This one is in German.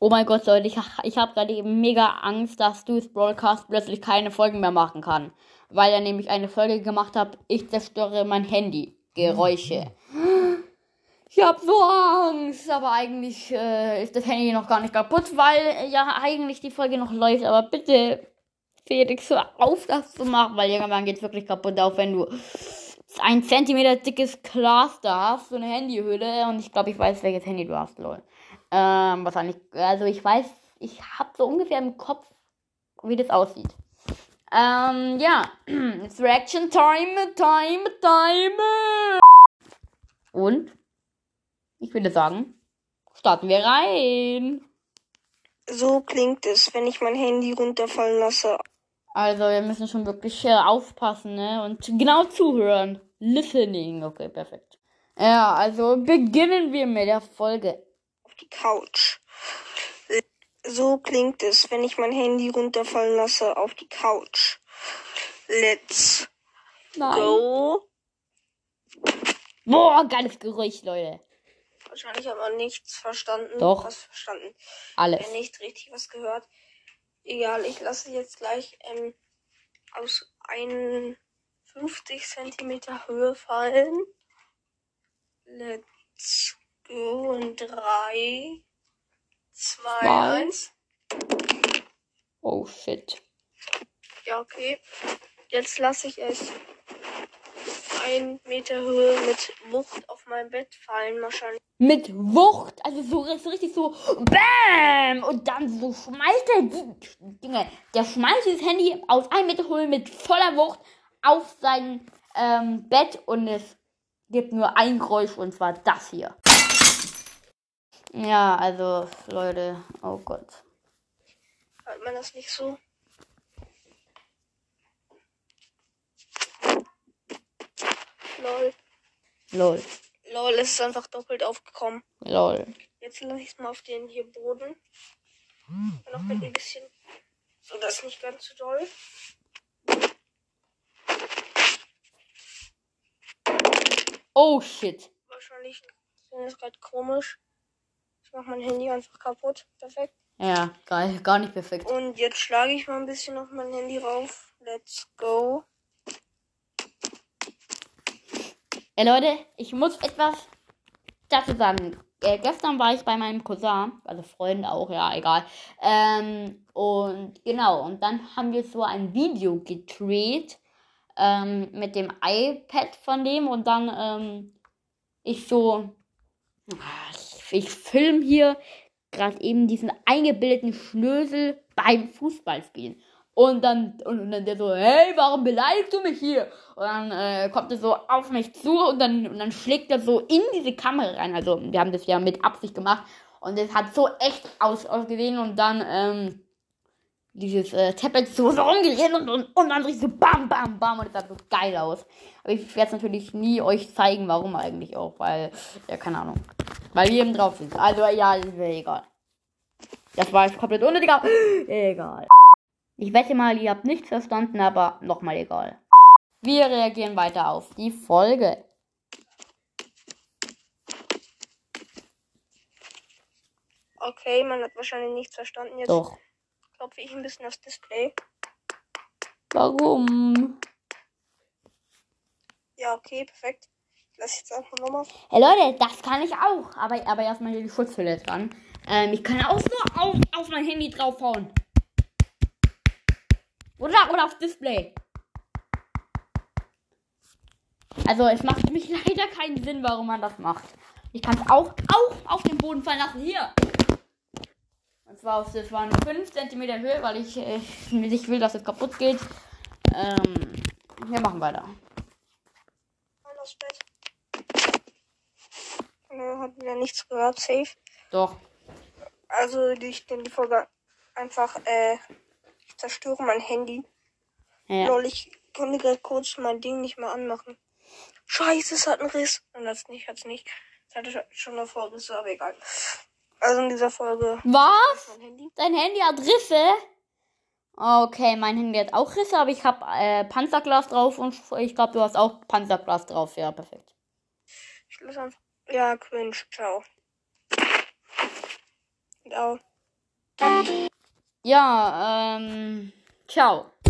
Oh mein Gott, Leute, ich habe gerade eben mega Angst, dass Stu's Broadcast plötzlich keine Folgen mehr machen kann. Weil er nämlich eine Folge gemacht hat, ich zerstöre mein Handy. Geräusche. Ich habe so Angst, aber eigentlich ist das Handy noch gar nicht kaputt, weil ja eigentlich die Folge noch läuft. Aber bitte, Felix, hör auf, das zu machen, weil irgendwann geht's wirklich kaputt, auch wenn du 1 Zentimeter dickes Glas da hast, so eine Handyhülle. Und ich glaube, ich weiß, welches Handy du hast, Leute. Wahrscheinlich, also ich weiß, ich habe so ungefähr im Kopf, wie das aussieht. Ja, it's Reaction Time. Und, ich würde sagen, starten wir rein. So klingt es, wenn ich mein Handy runterfallen lasse. Also, wir müssen schon wirklich aufpassen, ne? Und genau zuhören. Listening, okay, perfekt. Ja, also beginnen wir mit der Folge. Auf die Couch. So klingt es, wenn ich mein Handy runterfallen lasse auf die Couch. Let's go. Boah, geiles Geräusch, Leute. Wahrscheinlich hat man nichts verstanden. Doch. Was verstanden? Alles. Nicht richtig was gehört. Egal, ich lasse jetzt gleich aus 51 Zentimeter Höhe fallen. Let's go. In 3, 2, 1. Oh, shit. Ja, okay. Jetzt lasse ich es 1 Meter Höhe mit Wucht auf mein Bett fallen wahrscheinlich. Mit Wucht, also so richtig so BÄM! Und dann so schmeißt der schmeißt das Handy aus 1 Meter Höhe mit voller Wucht auf sein Bett und es gibt nur ein Geräusch und zwar das hier. Ja, also Leute, oh Gott. Hört man das nicht so? Lol, es ist einfach doppelt aufgekommen. Lol. Jetzt lasse ich es mal auf den hier Boden. Noch mit ein bisschen. So, das ist nicht ganz so doll. Oh shit. Wahrscheinlich ist das gerade komisch. Ich mache mein Handy einfach kaputt. Perfekt. Ja, gar nicht perfekt. Und jetzt schlage ich mal ein bisschen auf mein Handy rauf. Let's go. Leute, ich muss etwas dazu sagen. Gestern war ich bei meinem Cousin, also Freunde auch, ja, egal. Und genau, und dann haben wir so ein Video gedreht mit dem iPad von dem und dann ich film hier gerade eben diesen eingebildeten Schnösel beim Fußballspielen. Und dann der so, hey, warum beleidigst du mich hier? Und dann kommt er so auf mich zu und dann schlägt er so in diese Kamera rein. Also wir haben das ja mit Absicht gemacht. Und es hat so echt ausgesehen. Und dann dieses Tablet so rumgedreht und dann so bam, bam, bam. Und es sah so geil aus. Aber ich werde es natürlich nie euch zeigen, warum eigentlich auch. Weil, ja, keine Ahnung. Weil wir eben drauf sind. Also ja, ist mir egal. Das war jetzt komplett unnötig. Egal. Ich wette mal, ihr habt nichts verstanden, aber nochmal egal. Wir reagieren weiter auf die Folge. Okay, man hat wahrscheinlich nichts verstanden. Jetzt Doch. klopfe ich ein bisschen aufs Display. Warum? Ja, okay, perfekt. Ich lasse jetzt einfach nochmal. Hey Leute, das kann ich auch. Aber erstmal hier die Schutzhülle dran. Ich kann auch nur auf mein Handy draufhauen. Oder aufs Display. Also es macht für mich leider keinen Sinn, warum man das macht. Ich kann es auch auf den Boden fallen lassen. Hier. Und zwar das waren 5 cm Höhe, weil ich nicht will, dass es kaputt geht. Wir machen weiter. Das Bett. Hat wieder nichts gehört, safe. Doch. Also ich nehme die Folge einfach, ich zerstöre mein Handy. Ja. Lol, ich konnte gerade kurz mein Ding nicht mehr anmachen. Scheiße, es hat einen Riss. Und hat's nicht. Es hatte schon davor Risse, aber egal. Also in dieser Folge. Was? Mein Handy. Dein Handy hat Risse? Okay, mein Handy hat auch Risse, aber ich habe Panzerglas drauf und ich glaube, du hast auch Panzerglas drauf. Ja, perfekt. Ich lasse einfach. Ja, cringe. Ciao. Ciao. Ja, ciao.